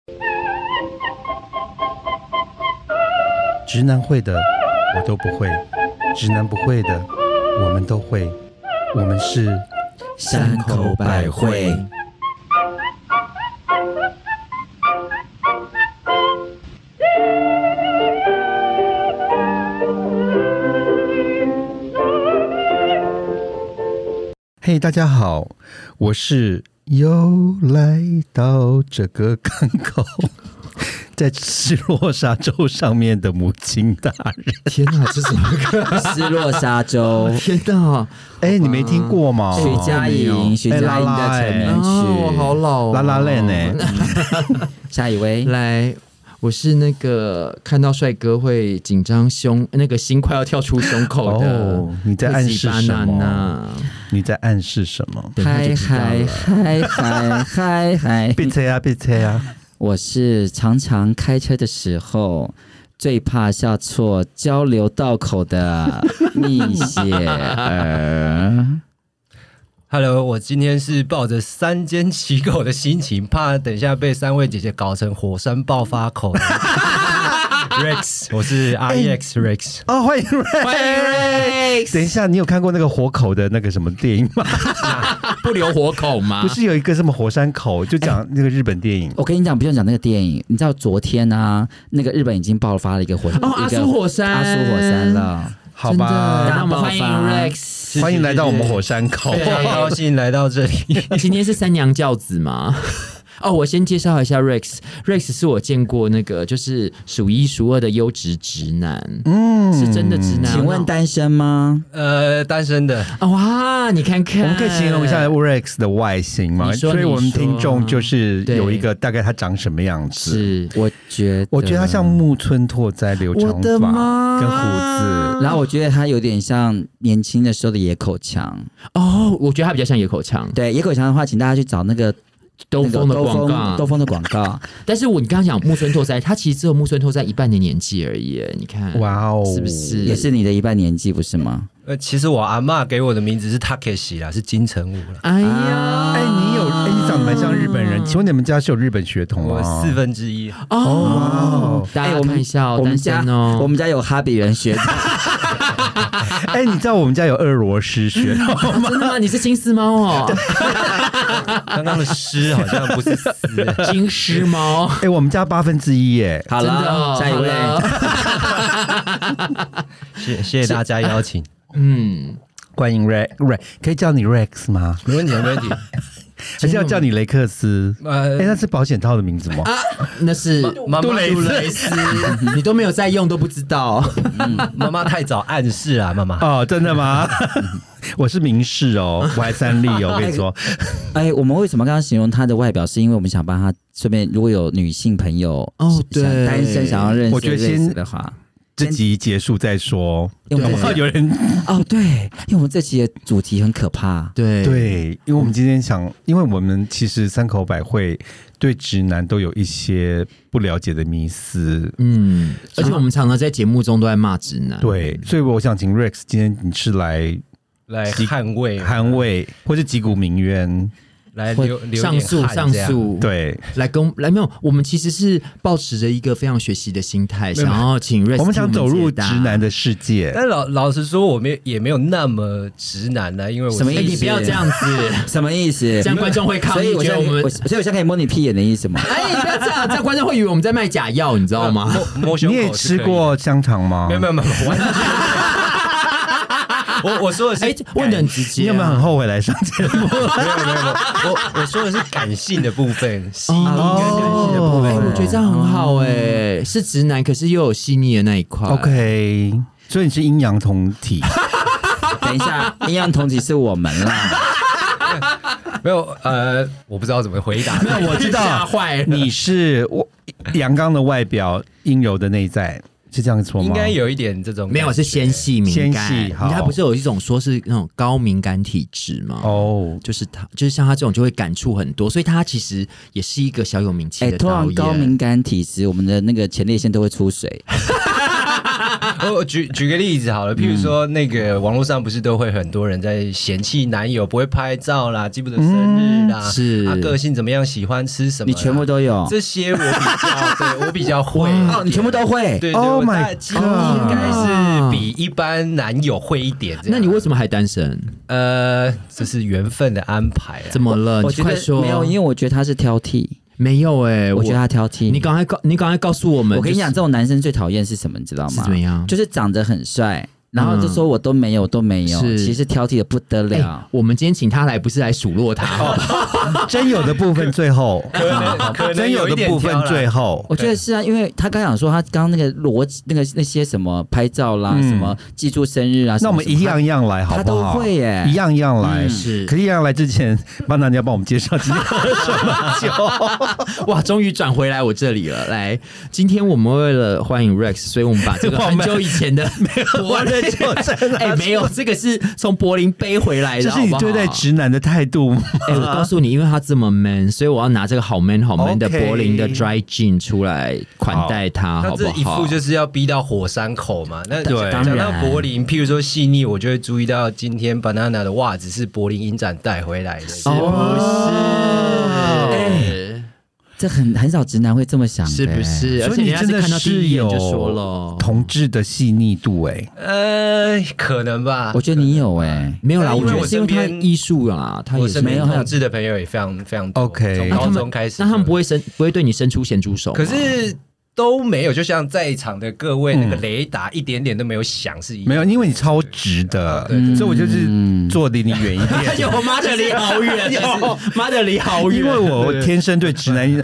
直男会的我都不会，直男不会的我们都会，我们是山口百惠。 嘿，大家好，我是又来到这个港口在失落沙洲上面的母亲大人。 天哪，这是什么歌？ 失落沙洲。 天哪！ 你没听过吗？ 徐佳莹的成名曲。 我好老、 拉拉链呢。 下一位， 来，我是那个看到帅哥会紧张那个心快要跳出胸口的。 你在暗示什么？你在暗示什么？ 嗨嗨嗨嗨嗨嗨！ 闭嘴啊！闭嘴啊！ 我是常常开车的时候最怕下错交流道口的蜜雪儿。 Hello， 我今天是抱着三缄其口的心情，怕等一下被三位姐姐搞成火山爆发口的Rex， 我是 REX Rex。 哦，欢迎 Rex。等一下，你有看过那个火口的那个什么电影吗？ 不留活口吗？ 不是有一个什么火山口，就讲那个日本电影。 我跟你讲，不用讲那个电影，你知道昨天啊，那个日本已经爆发了一个阿苏火山了。 好吧， 那我们欢迎 Rex， 欢迎来到我们火山口， 非常高兴来到这里。 今天是三娘教子吗？哦，我先介绍一下 Rex 是我见过那个就是数一数二的优质直男，是真的直男。 请问单身吗？ 单身的。 哇，你看看， 我们可以形容一下 Rex 的外形吗？所以我们听众就是有一个大概他长什么样子。 是，我觉得他像木村拓哉，留长发跟胡子， 然后我觉得他有点像年轻的时候的野口强。 哦，我觉得他比较像野口强。 对，野口强的话，请大家去找那个。 兜风的广告，但是你刚刚讲木村拓哉，他其实只有木村拓哉一半的年纪而已，你看， 哇哦， 是不是也是你的一半年纪，不是吗？ 其实我阿嬷给我的名字是 Takeshi 啦，是金城武啦。 哎呀， 你长得蛮像日本人，请问你们家是有日本血统吗？ 我1/4。 哦，大家看一下我们家有哈比人血统。 你知道我们家有俄罗斯血统吗？ 真的吗？你是金丝猫哦。 刚刚的狮好像不是丝， 金丝猫。 我们家1/8耶。 好了，下一位。 谢谢大家邀请。 欢迎 Rex， 可以叫你 Rex 吗？ 没问题，没问题。 还是要叫你雷克斯？那是保险套的名字吗？ 那是杜蕾斯， 你都没有在用，都不知道。 妈妈太早暗示了，妈妈。 哦，真的吗？我是明示哦，我还3例哦，我跟你说。 我们为什么刚刚形容他的外表，是因为我们想帮他顺便，如果有女性朋友对单身想要认识， 我觉得先的话。 这集结束再说，有人对，因为我们这集的主题很可怕， 对，因为我们今天因为我们其实山口百惠对直男都有一些不了解的迷思， 而且我们常常在节目中都在骂直男， 对，所以我想请 Rex 今天你是来捍卫，或是击鼓鸣冤。 来上诉， 对， 没有，我们其实是抱持着一个非常学习的心态，想要请 Rex， 我们想走入直男的世界。 但老实说，我们也没有那么直男呢，因为什么意思？ 你不要这样子，什么意思？这样观众会抗议， 所以我现在可以摸你屁眼的意思吗？ 你不要这样，这样观众会以为我们在卖假药，你知道吗？ 摸胸口。 你也吃过香肠吗？ 没有，完全。我说的是问得很直接， 你有没有很后悔来上节目？ 没有，我说的是感性的部分，细腻跟感性的部分。 我觉得这样很好是直男，可是又有细腻的那一块。 OK， 所以你是阴阳同体。 等一下，阴阳同体是我们啦。 没有，我不知道怎么回答。 没有，我知道，你是阳刚的外表，阴柔的内在。是这样说吗？ 应该有一点这种， 没有，是纤细敏感。人家不是有一种说是那种高敏感体质吗？就是像他这种就会感触很多，所以他其实也是一个小有名气的导演。 通常高敏感体质，我们的那个前列腺都会出水。 我举个例子好了，譬如说那个网络上不是都会很多人在嫌弃男友不会拍照啦，记不得生日啦， 是个性怎么样，喜欢吃什么， 你全部都有这些我比较会哦，你全部都会。 对 Oh 我 my 几乎应该是比一般男友会一点这样。 那你为什么还单身？ 这是缘分的安排啊。 怎么了？ 我觉得你快说。 没有，因为我觉得他是挑剔。 没有我觉得他挑剔。 你刚才告诉我们， 我跟你讲，这种男生最讨厌是什么，你知道吗？ 是怎么样？ 就是长得很帅。然后就说我都没有，其实挑剔的不得了。 我们今天请他来，不是来数落他， 真有的部分最后， 可能真有的部分最后， 我觉得是啊，因为他刚讲说他刚那个那些什么拍照啦，什么记住生日啊， 那我们一样一样来，好不好？ 他都会耶， 一样一样来。 是， 可是一样来之前，帮大家帮我们介绍今天喝什么酒。 哇，终于转回来我这里了。来，今天我们为了欢迎 Rex， 所以我们把这个很久以前的柏林没有，这个是从柏林背回来的， 这是你对待直男的态度吗？ 我告诉你，因为他这么 man， 所以我要拿这个好 man 的柏林的 dry gin 出来款待他，好不好？ 他这一副就是要逼到火山口嘛。那对， 讲到柏林，譬如说细腻，我就会注意到今天 Banana 的袜子是柏林影展带回来的，是不是？ 这很少直男会这么想的， 是不是？ 所以你真的是有就说了同志的细腻度可能吧。 我觉得你有没有啦， 我觉得是因为他艺术啊，他也是没有同志的朋友也非常非常多。 OK， 从高中开始， 那他们不会对你伸出咸猪手吗？ 可是都没有，就像在场的各位那个雷达一点点都没有响是一样。 没有，因为你超直的，所以我就是坐离你远一点。 有妈的离好远，妈的离好远， 因为我天生对直男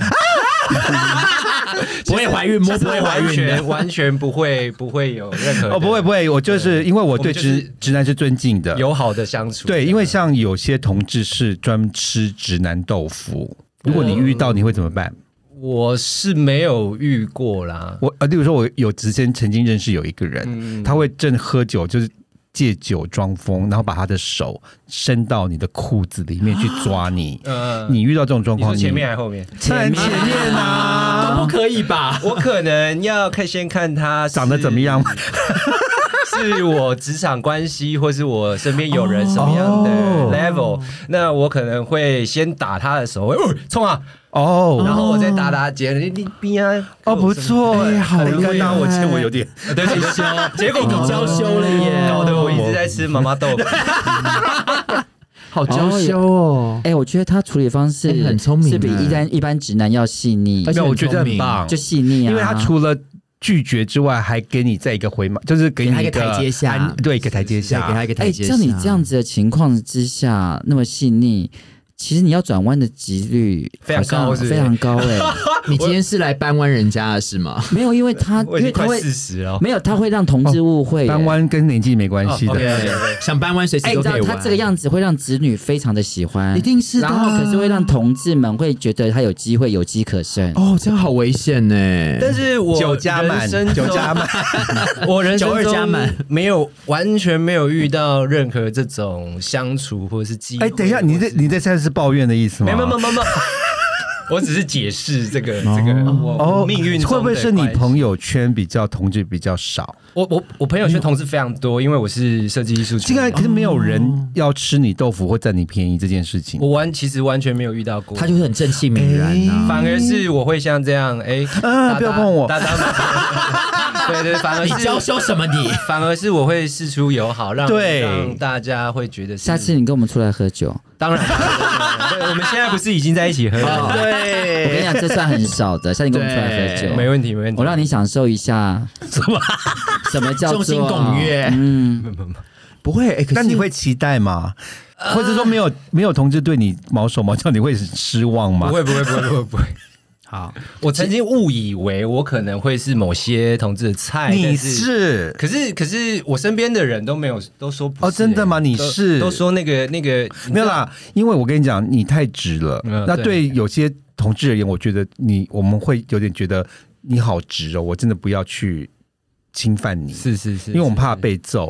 不会怀孕，不会怀孕， 完全不会有任何不会，我就是因为我对直男是尊敬的， 友好的相处。 对，因为像有些同志是专吃直男豆腐，如果你遇到，你会怎么办？ 我是没有遇过啦。 例如说，我有之前曾经认识有一个人，他会正喝酒，就是借酒装疯，然后把他的手伸到你的裤子里面去抓你。你遇到这种状况， 你说前面还是后面？ 前面啊， 都不可以吧？ 我可能要先看他长得怎么样。 是我职场关系，或是我身边有人什么样的 level，那我可能会先打他的手，冲啊！然后我再打结，你逼啊！ 不错，好厉害！那我有点对害羞，结果你娇羞了耶， 搞得我一直在吃妈妈豆腐。 好娇羞哦！ 我觉得他处理方式很聪明， 是比一般直男要细腻， 而且我觉得很棒， 就细腻啊！ 因为他除了拒绝之外，还给你再一个回马，就是给你一个台阶下， 对，一个台阶下， 给他一个台阶下。 像你这样子的情况之下，那么细腻。其实你要转弯的几率非常高， 非常高你今天是来搬弯人家的是吗？ 没有，因为他会 40了， 没有，他会让同志误会。 搬弯跟年纪没关系的， 想搬弯随时都可以弯。 他这个样子会让子女非常的喜欢， 一定是的。 然后可是会让同志们会觉得他有机会有机可乘。 这样好危险呢。 但是我酒加满， 我人生中完全没有遇到任何这种相处或者是机会。 等一下，你在现在是抱怨的意思吗？ 没有，我只是解释这个我命运中的会不会是你朋友圈比较同志比较少？ 我朋友圈同志非常多，因为我是设计艺术圈。 现在可是没有人要吃你豆腐或占你便宜这件事情， 其实完全没有遇到过。 他就是很正气凛然啊， 反而是我会像这样不要碰我， 对，反而是你娇羞什么你？ 反而是我会释出友好，让大家会觉得。 下次你跟我们出来喝酒， 当然，我们现在不是已经在一起喝了？ 对， 我跟你讲，这算很少的。下次你跟我们出来喝酒， 没问题。 我让你享受一下什么叫做众星拱月。不会。 但你会期待吗？或者说没有同志对你毛手毛脚，你会失望吗？ 不会。好，我曾经误以为我可能会是某些同志的菜， 你是， 可是我身边的人都没有都说不是。 真的吗？你是都说那个没有啦，因为我跟你讲，你太直了。那对有些同志而言，我觉得我们会有点觉得你好直哦，我真的不要去侵犯你。 是， 因为我们怕被揍。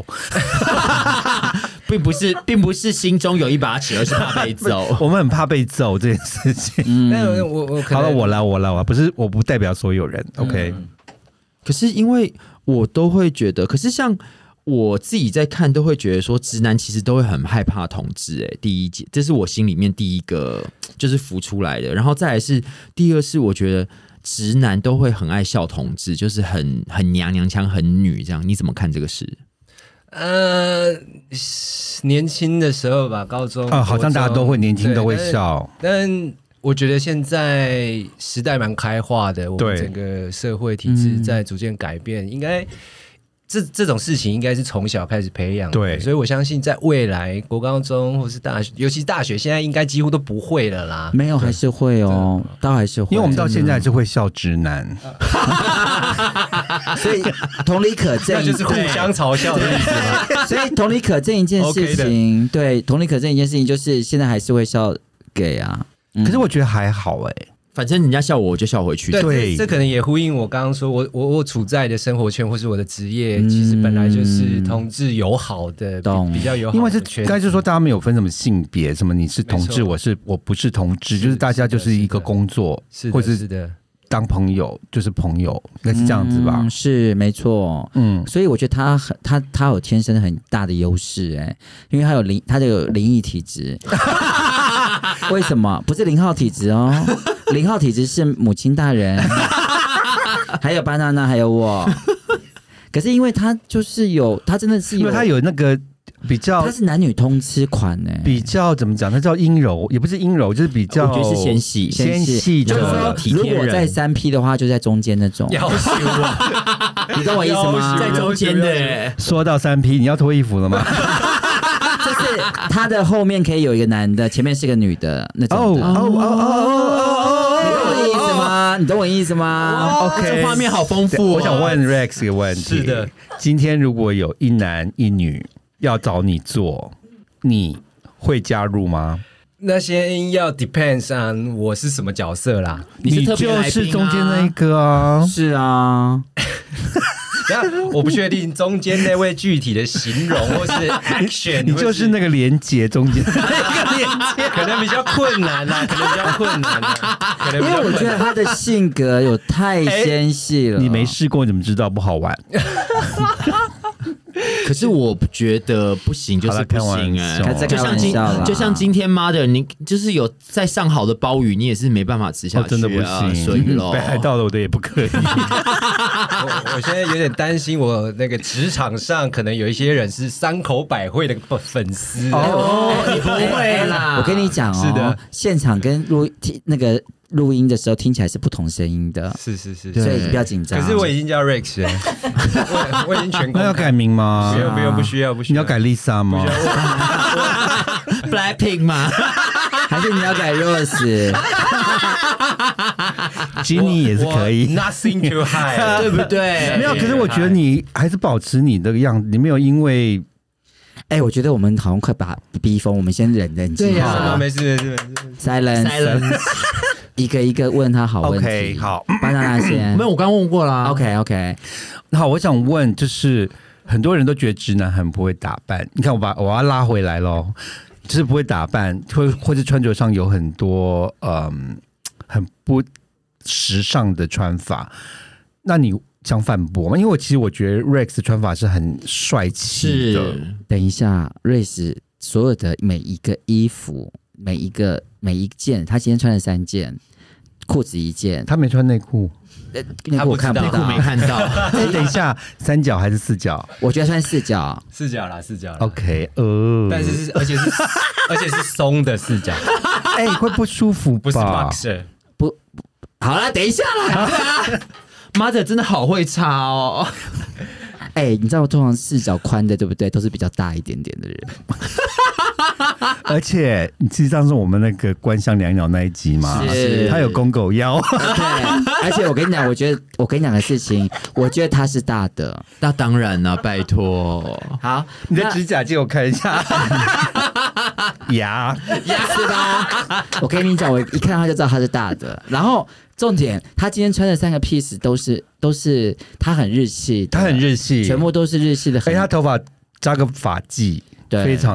并不是心中有一把尺，而是怕被揍。 我们很怕被揍这件事情。 我好了，我来，不是，我不代表所有人。OK。 可是因为我都会觉得，可是像我自己在看，都会觉得说，直男其实都会很害怕同志。第一节，这是我心里面第一个就是浮出来的。然后再来是第二是，我觉得直男都会很爱笑同志，就是很娘腔、很女这样。你怎么看这个事？ 年轻的时候吧，高中好像大家都会年轻都会笑， 但我觉得现在时代蛮开化的，我们整个社会体制在逐渐改变，应该这种事情应该是从小开始培养的， 对， 所以我相信在未来国高中或是大学，尤其是大学，现在应该几乎都不会了啦。 没有，还是会哦，倒还是会， 因为我们到现在还是会笑直男， 所以同理可证， 那就是互相嘲笑的意思嘛。 所以同理可证一件事情，对，同理可证一件事情就是现在还是会笑 gay 啊， 可是我觉得还好反正人家笑我就笑回去。 对，这可能也呼应我刚刚说，我处在的生活圈或是我的职业，其实本来就是同志友好的，比较友好的。 因为是刚才就说大家没有分什么性别，什么你是同志，我不是同志，就是大家就是一个工作，或者是当朋友就是朋友，应该是这样子吧？ 是没错，所以我觉得他有天生很大的优势，因为他有灵异体质。为什么？不是0号体质哦，0号体质是母亲大人，还有banana，还有我。可是因为他就是他真的是因为他有那个比较， 他是男女通吃款比较怎么讲？他叫阴柔，也不是阴柔，就是比较， 我觉得是纤细， 就是说，如果在3P 的话，就在中间那种。 要求啊， 你懂我意思吗？ 在中间的。 说到3P，你要脱衣服了吗？ 就是他的后面可以有一个男的，前面是个女的那种的。你懂我意思吗？你懂我意思吗 ？OK， 这画面好丰富。 我想问 Rex 一个问题。 是的， 今天如果有一男一女要找你做，你会加入吗？ 那先要 depends on 我是什么角色啦。 你就是中间那一个啊。 是啊。 我不确定中间那位具体的形容或是 action， 你就是那个连结中间那个连结， 可能比较困难啦， 因为我觉得他的性格有太纤细了。 你没试过，你怎么知道不好玩？ 可是我觉得不行，就是不行就像今天妈的，你就是有在上好的鲍鱼，你也是没办法吃下去， 真的不行。 所以北海道的我的也不可以。 我现在有点担心，我那个职场上可能有一些人是山口百惠的粉丝。 你不会啦， 我跟你讲是的， 现场跟录音的时候听起来是不同声音的， 是， 所以不要紧张。 可是我已经叫 Rex 了，我已经全公开。 那要改名吗？ 没有，不需要。 你要改 Lisa 吗 ？Blackpink 吗？ 还是你要改 Rose？Jennie 也是可以。 Nothing too high， 对不对？ 没有，可是我觉得你还是保持你的样子，你没有因为。 我觉得我们好像快把逼疯，我们先忍静。 对呀， 没事。 Silence。一个一个问他好问题。 OK， 好， 巴娜娜先。 没有，我刚问过啦。 OK。 好，我想问，就是很多人都觉得直男很不会打扮。你看，我要拉回来咯，就是不会打扮，或者穿着上有很多很不时尚的穿法。那你想反驳吗？因为其实我觉得 Rex 的穿法是很帅气的。 等一下 ，Rex 所有的每一个衣服。每一件，他今天穿了3件，裤子1件， 他没穿内裤， 内裤看不到， 内裤没看到。 等一下，3角还是4角？ 我觉得穿4角 ，4角啦。 OK， 但是而且是松的4角， 会不舒服吧？ 不是 boxer， 不好了，等一下啦， 妈的，真的好会插哦。 你知道我通常4角宽的，对不对？都是比较大一点点的人。 而且你记得上次我们那个关香两鸟那一集吗？他有公狗腰。 对，而且我跟你讲，我跟你讲个事情，我觉得他是大的。 那当然了，拜托。 好， 你的指甲借我看一下。牙是吧？我跟你讲，我一看到他就知道他是大的。然后重点，他今天穿的3个 piece 都是他很日系， 他很日系， 全部都是日系的。 他头发扎个发髻，非常的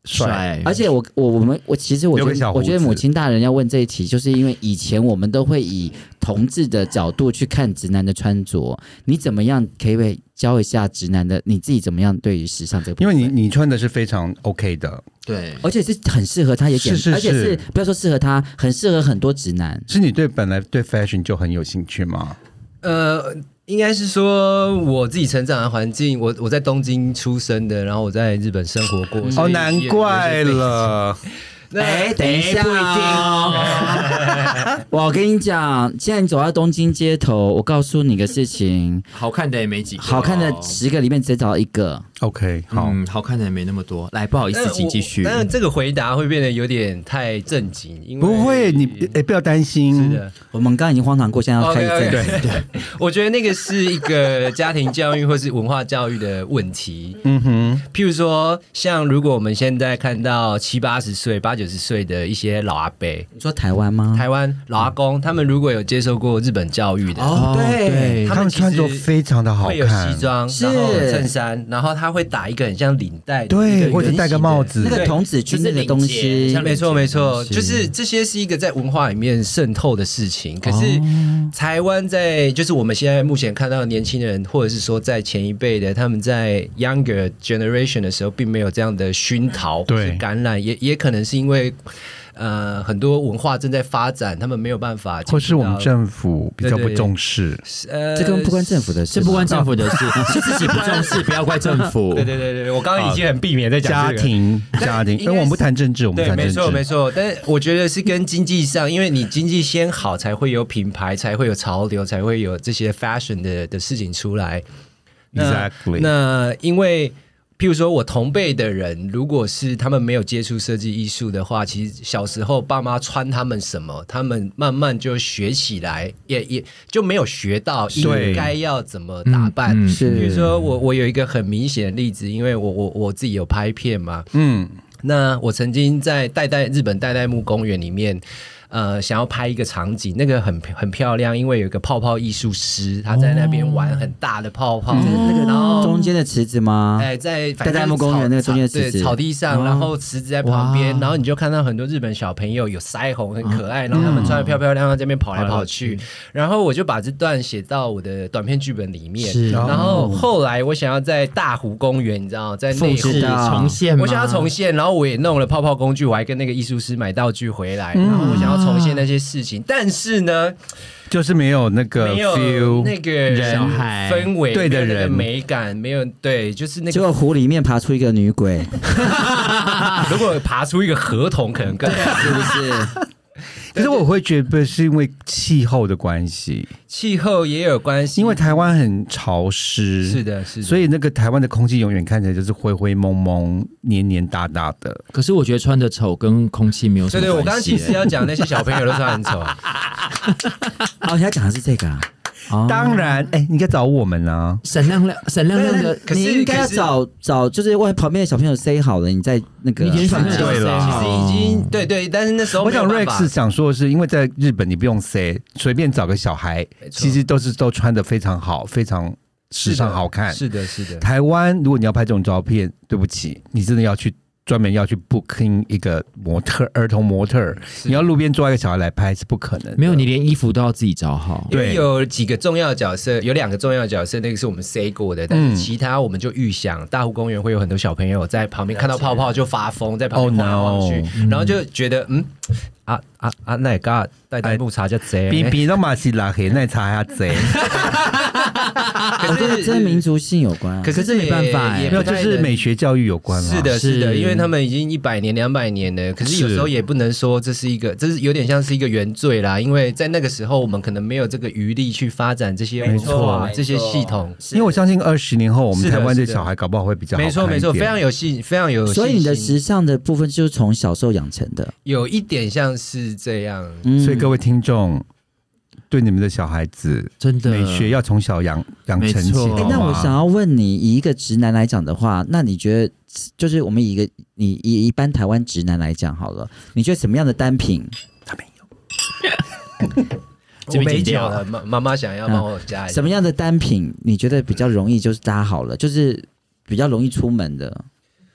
帅。 而且我其实我留个小胡子觉得母亲大人要问这一题，就是因为以前我们都会以同志的角度去看直男的穿着，你怎么样可以教一下直男的你自己怎么样对于时尚这个部分？ 因为你穿的是非常 OK 的， 对， 而且是很适合他，也是而且是不要说适合他，很适合很多直男。 是你本来对 fashion 就很有兴趣吗？ 应该是说我自己成长的环境，我在东京出生的，然后我在日本生活过，所以难怪了。 等一下、 不一定哦。我跟你讲，现在你走到东京街头，我告诉你个事情， 好看的也没几个， 好看的10个里面只找1个。 OK， 好， 好看的也没那么多。来，不好意思，请继续。 但这个回答会变得有点太正经，因为不会，你不要担心。 是的， 我们刚刚已经荒唐过，现在要开始正经。 对，我觉得那个是一个家庭教育或是文化教育的问题。譬如说，像如果我们现在看到70、80岁、80、90岁的一些老阿伯， 你说台湾吗？ 台湾老阿公，他们如果有接受过日本教育的， 对， 他们穿着非常的好看， 会有西装，然后衬衫，然后他会打一个很像领带， 对，或者戴个帽子， 那个童子军那个东西， 没错没错，就是这些是一个在文化里面渗透的事情。可是台湾就是我们现在目前看到的年轻人，或者是说在前一辈的，他们在 younger generation 的时候，并没有这样的熏陶或者感染，也可能是因为。很多文化正在发展，他们没有办法， 或是我们政府比较不重视。 这跟不关政府的事， 是不关政府的事，是自己不重视，不要怪政府。 对，我刚刚已经很避免在讲家庭，因为我们不谈政治，我们谈政治， 没错。但是我觉得是跟经济上，因为你经济先好，才会有品牌，才会有潮流，才会有这些 fashion 的事情出来。 Exactly。 那因为。譬如说我同辈的人，如果是他们没有接触设计艺术的话，其实小时候爸妈穿他们什么，他们慢慢就学起来，也就没有学到应该要怎么打扮。比如说我有一个很明显的例子，因为我自己有拍片嘛，那我曾经在日本代代木公园里面。想要拍一个场景，那个很漂亮，因为有一个泡泡艺术师，他在那边玩很大的泡泡， 那个然后中间的池子吗？ 在代代木公园那个中间的池子， 草地上，然后池子在旁边，然后你就看到很多日本小朋友有腮红，很可爱，然后他们穿得漂漂亮亮，在那边跑来跑去，然后我就把这段写到我的短片剧本里面，然后后来我想要在大湖公园，你知道，在内湖重现， 我想要重现，然后我也弄了泡泡工具，我还跟那个艺术师买道具回来，然后我想要重现那些事情，但是呢， 就是没有那个 feel， 那个人氛围， 对的人， 那个美感没有，对，就是那个。 结果湖里面爬出一个女鬼， 如果爬出一个河童，可能更好， 是不是？ 可是我会觉得是因为气候的关系， 气候也有关系， 因为台湾很潮湿， 是的， 所以那个台湾的空气永远看起来就是灰灰蒙蒙、黏黏哒哒的。 可是我觉得穿的丑跟空气没有什么关系。 对，我刚刚其实要讲那些小朋友都穿很丑。 哦，你要讲的是这个啊。 当然，你应该找我们啊， 闪亮亮的， 你应该要找，就是旁边的小朋友 say 好了，你在那个， 你选对了， 其实已经对，但是那时候我想 Rex 想说的是，因为在日本你不用 say， 随便找个小孩，其实都穿得非常好，非常时尚好看。 是的。 台湾如果你要拍这种照片，对不起，你真的要去。专门要去 booking 一个儿童模特，你要路边抓一个小孩来拍是不可能的。 没有，你连衣服都要自己找好。 对，有几个重要的角色，有2个重要的角色，那个是我们 say 过的，但是其他我们就预想，大湖公园会有很多小朋友在旁边看到泡泡就发疯，在旁边晃来晃去，然后就觉得那个代木茶叫贼， 比那马西拉黑那茶还贼。 我觉得跟民族性有关， 可是这没办法， 没有，就是美学教育有关了。是的，因为他们已经100年、200年了，可是有时候也不能说这是有点像是一个原罪啦，因为在那个时候我们可能没有这个余力去发展这些文化、这些系统。 因为我相信20年后，我们台湾的小孩搞不好会比较好看一点。 没错，非常有信心。 所以你的时尚的部分就是从小时候养成的， 有一点像是这样。 所以各位听众。对你们的小孩子， 真的美学要从小养成起。 那我想要问你，以一个直男来讲的话，那你觉得，就是我们以一般台湾直男来讲好了，你觉得什么样的单品？ 他没有， 我没讲了，妈妈想要帮我加一下。 什么样的单品你觉得比较容易就是搭好了，就是比较容易出门的？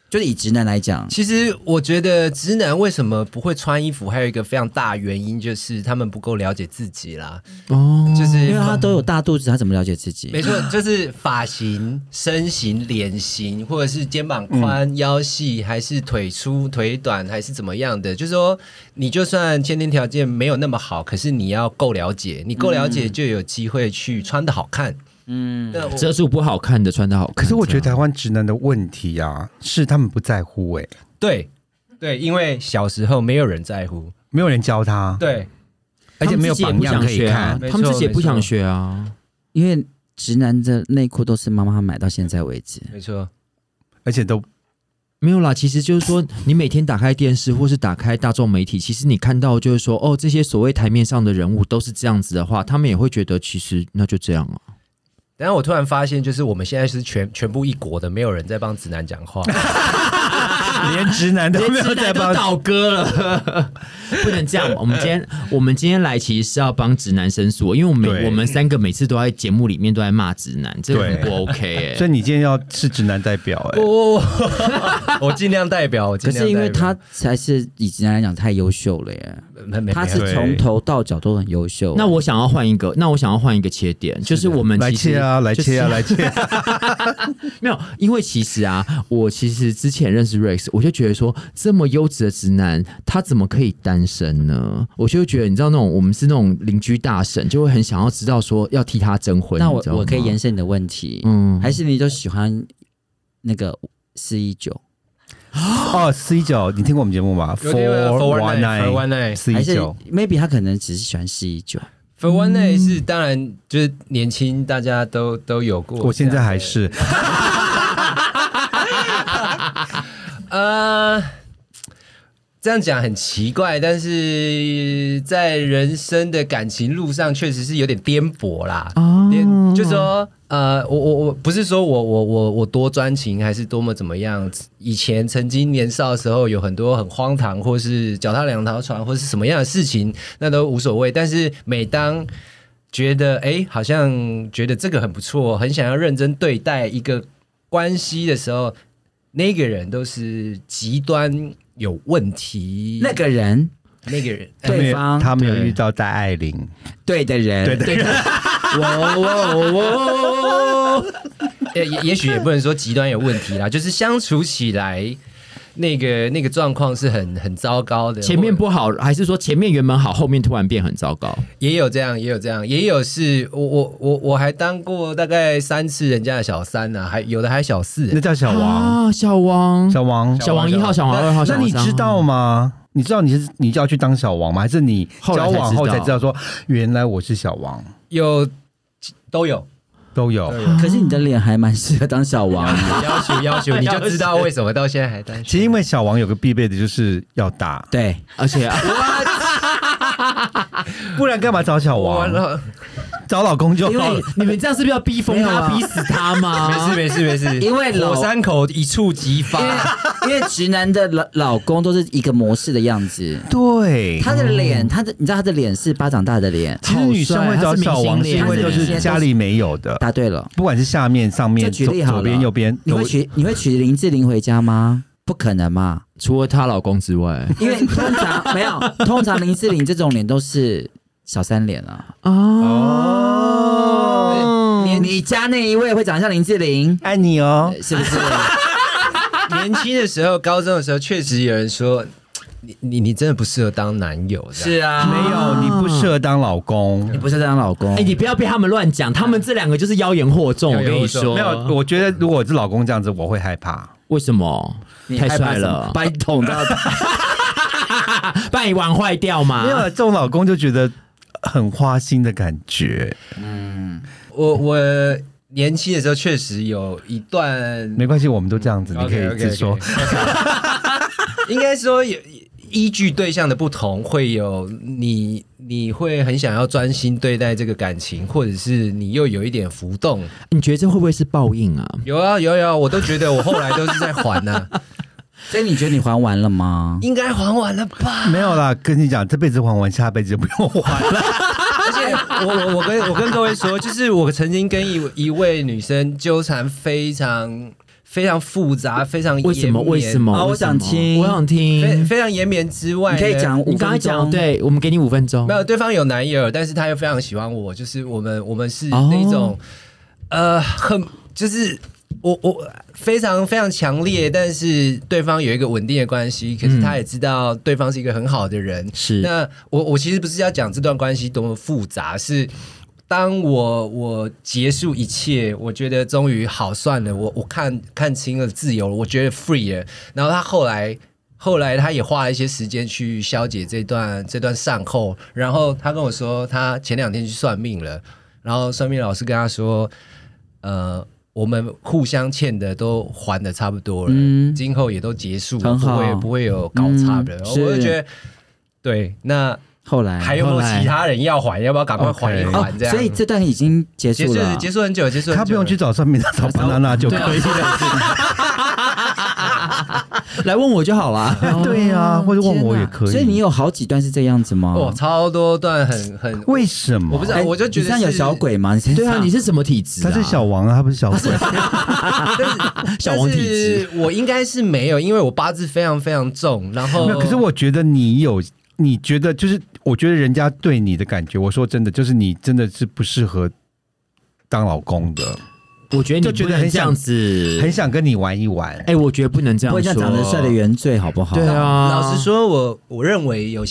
就是以直男来讲， 其实我觉得直男为什么不会穿衣服，还有一个非常大的原因就是他们不够了解自己啦。就是因为他都有大肚子，他怎么了解自己？ 没错，就是发型、身形、脸型，或者是肩膀宽、腰细，还是腿粗、腿短，还是怎么样的？就是说，你就算先天条件没有那么好，可是你要够了解，你够了解就有机会去穿得好看。 遮住不好看的穿得好看。 可是我觉得台湾直男的问题啊，是他们不在乎对，因为小时候没有人在乎， 没有人教他， 对， 而且没有榜样可以看。 他们自己也不想学啊， 因为直男的内裤都是妈妈买到现在为止， 没错， 而且都没有啦。其实就是说，你每天打开电视或是打开大众媒体，其实你看到就是说，这些所谓台面上的人物都是这样子的话，他们也会觉得其实那就这样啊。 然后我突然发现，就是我们现在是全部一国的，没有人在帮直男讲话， 连直男都没有在帮倒戈了，不能这样。我们今天来其实是要帮直男申诉，因为我们三个每次都在节目里面都在骂直男，这个很不 OK 所以你今天要是直男代表我尽量代表。 可是因为他才是以直男来讲太优秀了耶，他是从头到脚都很优秀。 那我想要换一个切点，就是我们其实来切啊！ 没有，因为其实啊，我其实之前认识 Rex， 我就觉得说，这么优质的直男，他怎么可以单身呢？我就觉得，你知道那种我们是那种邻居大婶，就会很想要知道说要替他征婚。 那我可以延伸你的问题，还是你就喜欢那个419？ 419，你听过我们节目吗？419，419 还是 maybe 他可能只是喜欢419。 For One Night 是当然就是年轻，大家都有过。 我现在还是， 这样讲很奇怪，但是在人生的感情路上确实是有点颠簸啦。就是说，我不是说我多专情还是多么怎么样。以前曾经年少的时候有很多很荒唐，或是脚踏两条船，或是什么样的事情，那都无所谓。但是每当觉得好像觉得这个很不错，很想要认真对待一个关系的时候，那个人都是极端有问题。 那个人对方他没有遇到戴爱玲对的人， 对的人。 也许也不能说极端有问题啦，就是相处起来那个状况是很糟糕的。 前面不好，还是说前面原本好，后面突然变很糟糕？ 也有这样，也有是我还当过大概3次人家的小三啊，还有的还小4， 那叫小王啊，小王 1号、 小王2号。 那你知道吗？你知道你就要去当小王吗？还是你交往后才知道说原来我是小王？ 都有。 可是你的脸还蛮适合当小王要求你就知道为什么到现在还单身。 其实因为小王有个必备的就是要大， 对， 而且不然干嘛找小王？找老公就好。 因为你们这样是不是要逼疯他、逼死他吗？ 没事， 因为火山口一触即发。 因为直男的老公都是一个模式的样子。 对， 他的脸，你知道他的脸是巴掌大的脸。 其实女生会找小王，是因为都是家里没有的。 答对了， 不管是下面、上面、 举例好了， 左边、右边， 你会娶林志玲回家吗？不可能嘛， 除了她老公之外， 因为通常林志玲这种脸都是小三脸啊。你家那一位会长得像林志玲？ 爱你哦， 是不是？ 年轻的时候，高中的时候，确实有人说你真的不适合当男友。 是啊， 没有，你不适合当老公， 你不适合当老公。 你不要被他们乱讲，他们这两个就是妖言惑众。我跟你说， 没有，我觉得如果我是老公这样子，我会害怕。 为什么？太帅了， 把你捅到， 把你玩坏掉吗？ 没有，这种老公就觉得很花心的感觉。 我年轻的时候确实有一段， 没关系，我们都这样子，你可以自说。 应该说依据对象的不同，会有你会很想要专心对待这个感情，或者是你又有一点浮动。 你觉得这会不会是报应啊？ 有啊，我都觉得我后来都是在还啊。 所以你觉得你还完了吗？ 应该还完了吧？ 没有啦，跟你讲，这辈子还完，下辈子就不用还了。 而且我跟各位说，就是我曾经跟一位女生纠缠非非常复杂，非常为什么？ 延绵为什么？ 我想听， 我想听。 非常延绵之外呢， 你可以讲5分钟， 你刚才讲，对，我们给你5分钟。 没有，对方有男友，但是他又非常喜欢我，就是我们是那种、很就是我非常非常强烈，但是对方有一个稳定的关系，可是他也知道对方是一个很好的人。 是， 那我其实不是要讲这段关系多么复杂，是当我结束一切，我觉得终于好算了，我看清了自由了，我觉得 free 了。然后他后来他也花了一些时间去消解这段善后，然后他跟我说，他前2天去算命了，然后算命老师跟他说，我们互相欠的都还的差不多了，今后也都结束了，不会有搞差的。我就觉得，对，那后来还有没有其他人要还？要不要赶快还一还？这样， 所以这段已经结束了， 结束很久， 他不用去找算命，他找 banana 就可以了。 来问我就好了。 对呀，或者问我也可以。 所以你有好几段是这样子吗？ 哦，超多段很为什么？ 我不知道，我就觉得你身上有小鬼吗？ 对啊，你是什么体质？ 他是小王啊，他不是小鬼。 小王体质， 我应该是没有，因为我八字非常非常重。然后， 可是我觉得你觉得就是，我觉得人家对你的感觉，我说真的，就是你真的是不适合当老公的。 我觉得你不能这样子， 很想跟你玩一玩。 哎，我觉得不能这样说， 不会像长得帅的原罪，好不好？ 对啊， 老实说，我认为有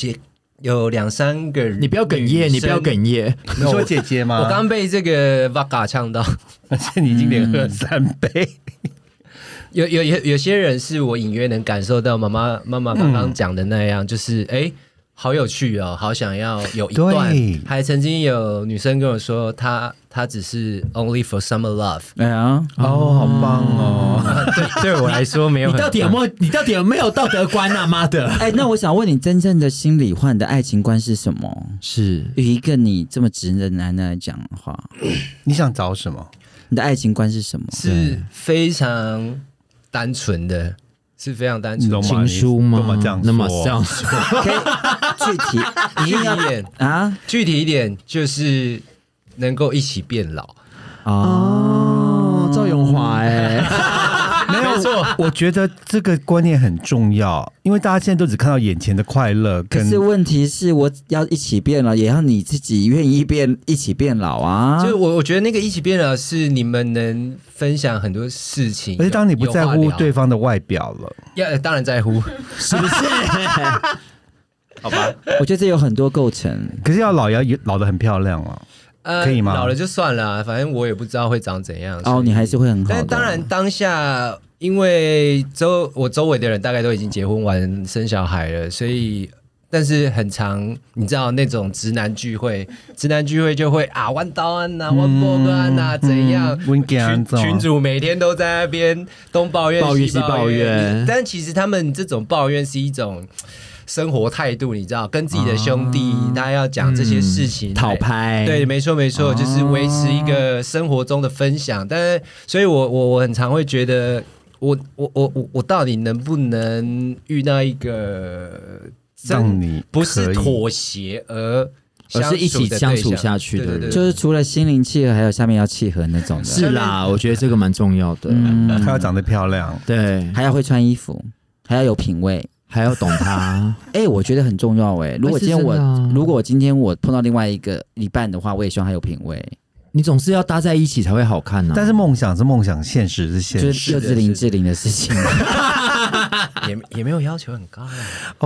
2-3个人， 你不要哽咽，你不要哽咽。 你说姐姐吗？ 我刚被这个 Vodka 呛到， 而且你已经连喝3杯。 有些人是我隐约能感受到妈妈刚刚讲的那样，就是好有趣哦，好想要有一段。还曾经有女生跟我说，她只是 only for summer love。 哎呀， 好棒哦！ 对我来说没有。 你到底有没有道德观啊？妈的！ 那我想问你，真正的心里话，你的爱情观是什么？ 是与一个你这么直的男人来讲的话， 你想找什么？ 你的爱情观是什么？ 是非常单纯的。是非常单纯， 情书吗？ 那么这样说，可以具体一点啊？具体一点就是能够一起变老哦。赵咏华没有错，我觉得这个观念很重要，因为大家现在都只看到眼前的快乐。 可是问题是我要一起变老，也要你自己愿意一起变老啊。 就我觉得那个一起变老是你们能分享很多事情， 而且当你不在乎对方的外表了， 当然在乎，是不是？好吧， 我觉得这有很多构成， 可是要老得很漂亮了。可以吗？ 老了就算了，反正我也不知道会长怎样。 你还是会很好的。 但当然，当下因为我周围的人大概都已经结婚完、生小孩了，所以但是很常，你知道那种直男聚会就会弯刀安呐、弯波哥安呐怎样？群主每天都在那边东抱怨西抱怨，但其实他们这种抱怨是一种生活态度，你知道，跟自己的兄弟他要讲这些事情， 讨拍， 对，没错，就是维持一个生活中的分享。但是，所以我很常会觉得，我到底能不能遇到一个让你不是妥协而是一起相处下去的人， 就是除了心灵契合，还有下面要契合那种的。 是啦，我觉得这个蛮重要的。 还要长得漂亮， 对， 还要会穿衣服，还要有品味。 还要懂他， 我觉得很重要。如果今天我碰到另外一个一半的话，我也希望他有品味。 你总是要搭在一起才会好看呢。 但是梦想是梦想，现实是现实， 就是幼稚林志玲的事情， 也没有要求很高啊。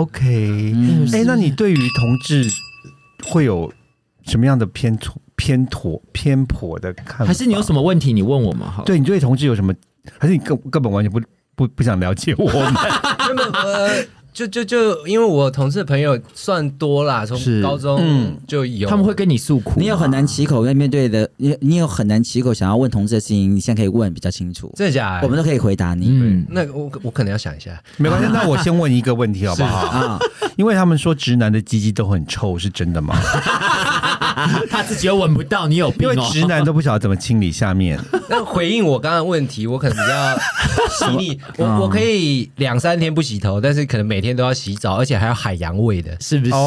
OK，那你对于同志会有什么样的偏颇的看法？ 还是你有什么问题你问我们好？ 对，你对同志有什么？还是你根本完全不想了解我们？ 就因为我同事的朋友算多啦，从高中就有， 他们会跟你诉苦。 你有很难启口跟面对的，你有很难启口想要问同志的事情，你现在可以问比较清楚， 真的假的？ 我们都可以回答你。 那我可能要想一下， 没关系。那我先问一个问题好不好？因为他们说直男的鸡鸡都很臭，是真的吗？ 他自己又闻不到，你有病哦！ 因为直男都不晓得怎么清理下面。 那回应我刚刚的问题，我可能比较细腻。我可以2-3天不洗头，但是可能每天都要洗澡，而且还要海洋味的，是不是？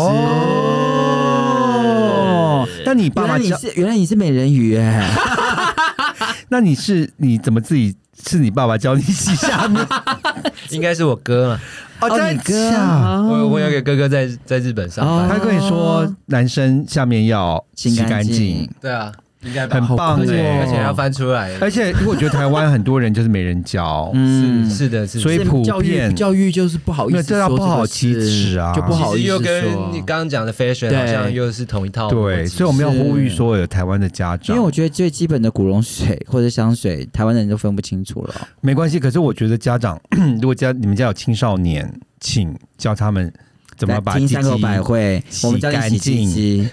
哦， 那你爸妈原来你是美人鱼哎？ 那你怎么自己是你爸爸教你洗下面？ 应该是我哥嘛。 你哥啊， 我有个哥哥在日本上班， 他跟你说男生下面要洗干净， 对啊，应该吧很棒而且要翻出来， 而且因为我觉得台湾很多人就是没人教， 是的， 所以普遍教育就是不好意思， 这要不好启齿啊， 就不好意思又跟你刚刚讲的 fashion 好像又是同一套。 对，所以我们要呼吁所有的台湾的家长， 因为我觉得最基本的古龙水或者香水，台湾人都分不清楚了。 没关系，可是我觉得家长如果你们家有青少年，请教他们怎么把鸡鸡听3口百会，我们教你洗鸡鸡。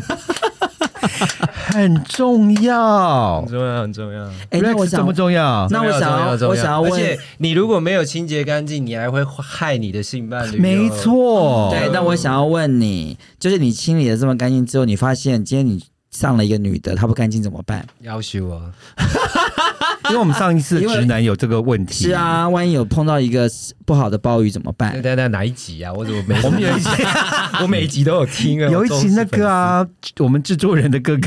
很重要， 很重要。 那我这么重要？ 那我想要问， 而且你如果没有清洁干净，你还会害你的性伴侣。 没错。 对，那我想要问你，就是你清理的这么干净之后，你发现今天你上了一个女的，她不干净怎么办？ 要求啊。 因为我们上一次直男有这个问题。 是啊，万一有碰到一个不好的鲍鱼怎么办？ 哪一集啊？我怎么没？我们有一集，我每一集都有听啊。 有一集那个啊，我们制作人的哥哥。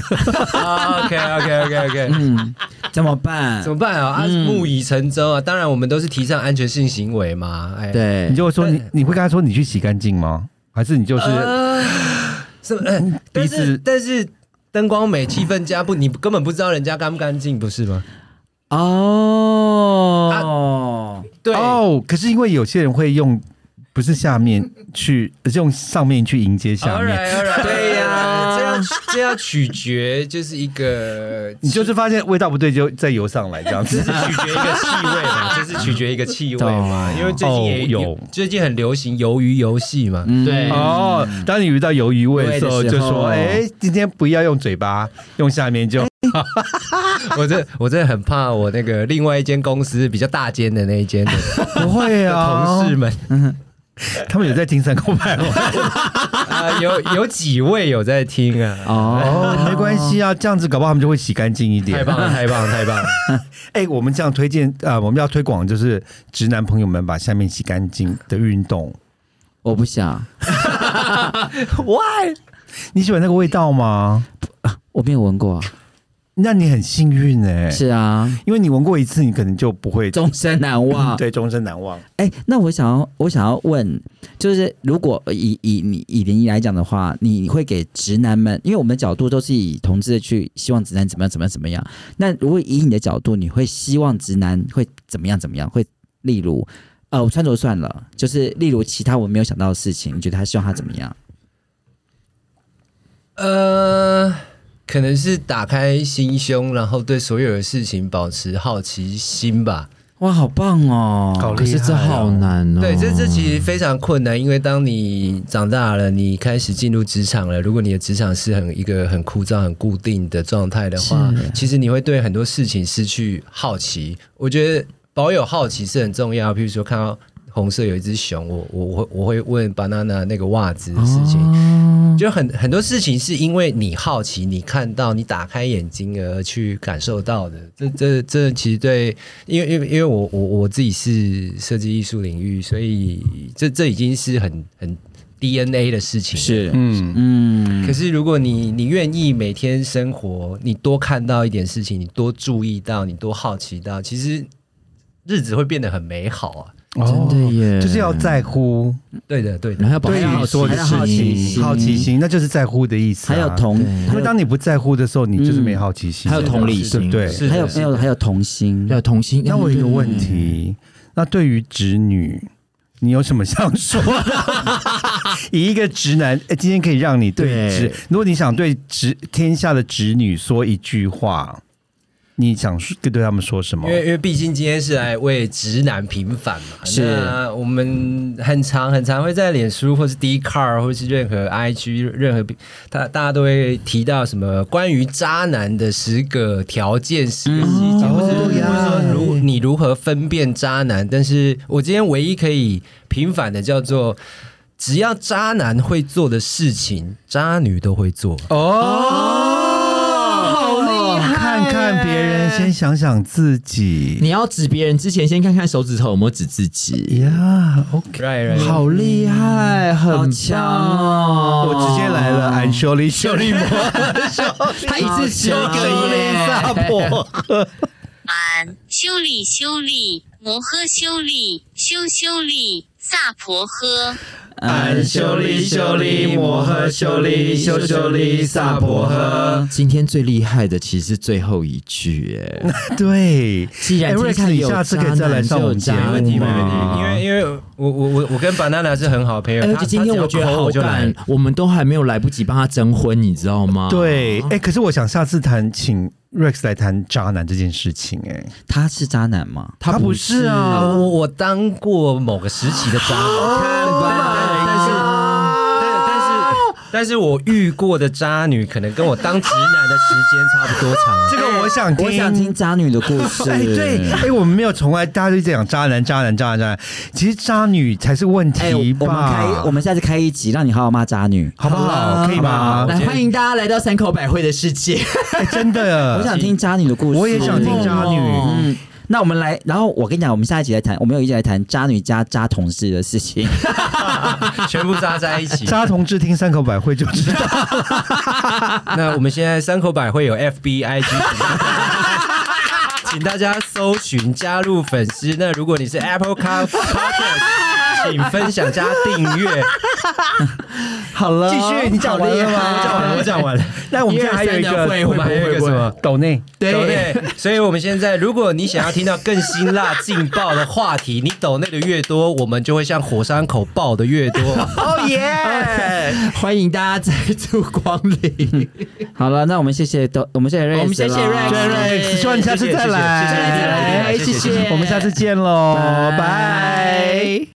OK， 怎么办？ 怎么办啊？木已成舟啊！当然，我们都是提倡安全性行为嘛。哎， 对， 你就说你会跟他说你去洗干净吗？还是你就是什么？但是灯光美，气氛佳，你根本不知道人家干不干净，不是吗？对哦，可是因为有些人会用不是下面去，用上面去迎接下面。 对呀，这样取决就是一个， 你就是发现味道不对，就再游上来这样子， 这是取决一个气味嘛，这是取决一个气味嘛，因为最近也有最近很流行鱿鱼游戏嘛，对哦，当你遇到鱿鱼味的时候，就说今天不要用嘴巴，用下面就。 我真的很怕我那个另外一间公司比较大间的那一间的不会啊， 同事们， 他们有在听3口百会有几位有在听啊？ 哦，没关系啊，这样子搞不好他们就会洗干净一点。 太棒了！ 哎，我们这样推荐我们要推广就是直男朋友们把下面洗干净的运动。 我不想。 Why？ 你喜欢那个味道吗？ 我没有闻过。 那你很幸运哎， 是啊， 因为你闻过一次，你可能就不会终身难忘。 对，终身难忘。 哎，那我想要问，就是如果以联谊来讲的话，你会给直男们，因为我们的角度都是以同志的去希望直男怎么样。那如果以你的角度，你会希望直男会怎么样？会例如，我穿着算了，就是例如其他我没有想到的事情，你觉得他希望他怎么样？ 可能是打开心胸，然后对所有的事情保持好奇心吧。 哇，好棒哦！ 可是这好难哦。 对，这其实非常困难，因为当你长大了，你开始进入职场了，如果你的职场是一个很枯燥、很固定的状态的话，其实你会对很多事情失去好奇。我觉得保有好奇是很重要。譬如说看到红色有一只熊，我会问 banana 那个袜子的事情，就很多事情是因为你好奇，你看到，你打开眼睛而去感受到的。这其实对，因为我自己是设计艺术领域，所以这已经是很 DNA 的事情了。 是， 可是如果你愿意每天生活，你多看到一点事情，你多注意到，你多好奇到，其实日子会变得很美好啊。 真的耶， 就是要在乎， 对的， 然后要对于说的事情，好奇心，那就是在乎的意思。 还有因为当你不在乎的时候，你就是没好奇心， 还有同理心， 对， 还有同心， 要同心。 那我有一个问题，那对于直女，你有什么想说的？以一个直男，今天可以让你对如果你想对天下的直女说一句话。你想对他们说什么？因为毕竟今天是来为直男平反嘛，那我们很常会在脸书或是 Dcard 或是任何 IG 任何大家都会提到什么关于渣男的10个条件、10个细节，或者说你如何分辨渣男。但是我今天唯一可以平反的叫做，只要渣男会做的事情，渣女都会做。 看看别人，先想想自己。 你要指别人之前，先看看手指头有没有指自己。 呀 ，OK， 好厉害，很强哦！ 我直接来了，安修丽他一次10个耶，萨婆。 安修修理修理摩诃修理修修理萨婆诃。 安修利修利摩诃修利修修利萨婆诃。 今天最厉害的其实是最后一句， 对， 既然今天你有下次可以再来上我们节目没问题，没问题。 吗？ 因为我跟 Banana 是很好的朋友， 而且今天我觉得好感，我们都还没有来不及帮他征婚，你知道吗？ 对，可是我想下次请 Rex 来谈渣男这件事情， 他是渣男吗？ 他不是啊， 我当过某个时期的渣男，但是我遇过的渣女可能跟我当直男的时间差不多长。 这个我想听渣女的故事。 对，我们没有从来大家都在讲渣男，其实渣女才是问题吧。 我们下次开一集，让你好好骂渣女， 好不好？可以吗？ 来，欢迎大家来到三口百惠的世界。 真的， 我想听渣女的故事， 我也想听渣女。 那我们来，然后我跟你讲，我们下一集来谈，我们有一集来谈渣女加渣同志的事情， 全部渣在一起。 渣同志听三口百惠就知道。 那我们现在三口百惠有 FB、IG， 请大家搜寻加入粉丝。那如果你是 Apple Podcast， 请分享加订阅。 好了，继续，你讲完了吗？ 我讲完了。 那我们现在还有一个， 我们还有一个什么？ 抖内， 对，所以我们现在，如果你想要听到更辛辣劲爆的话题，你抖内的越多，我们就会像火山口爆的越多。 哦耶！ 欢迎大家再度光临。 好了，那我们谢谢 Rex， 我们谢谢 Rex， 希望你下次再来， 谢谢， 我们下次见喽，拜。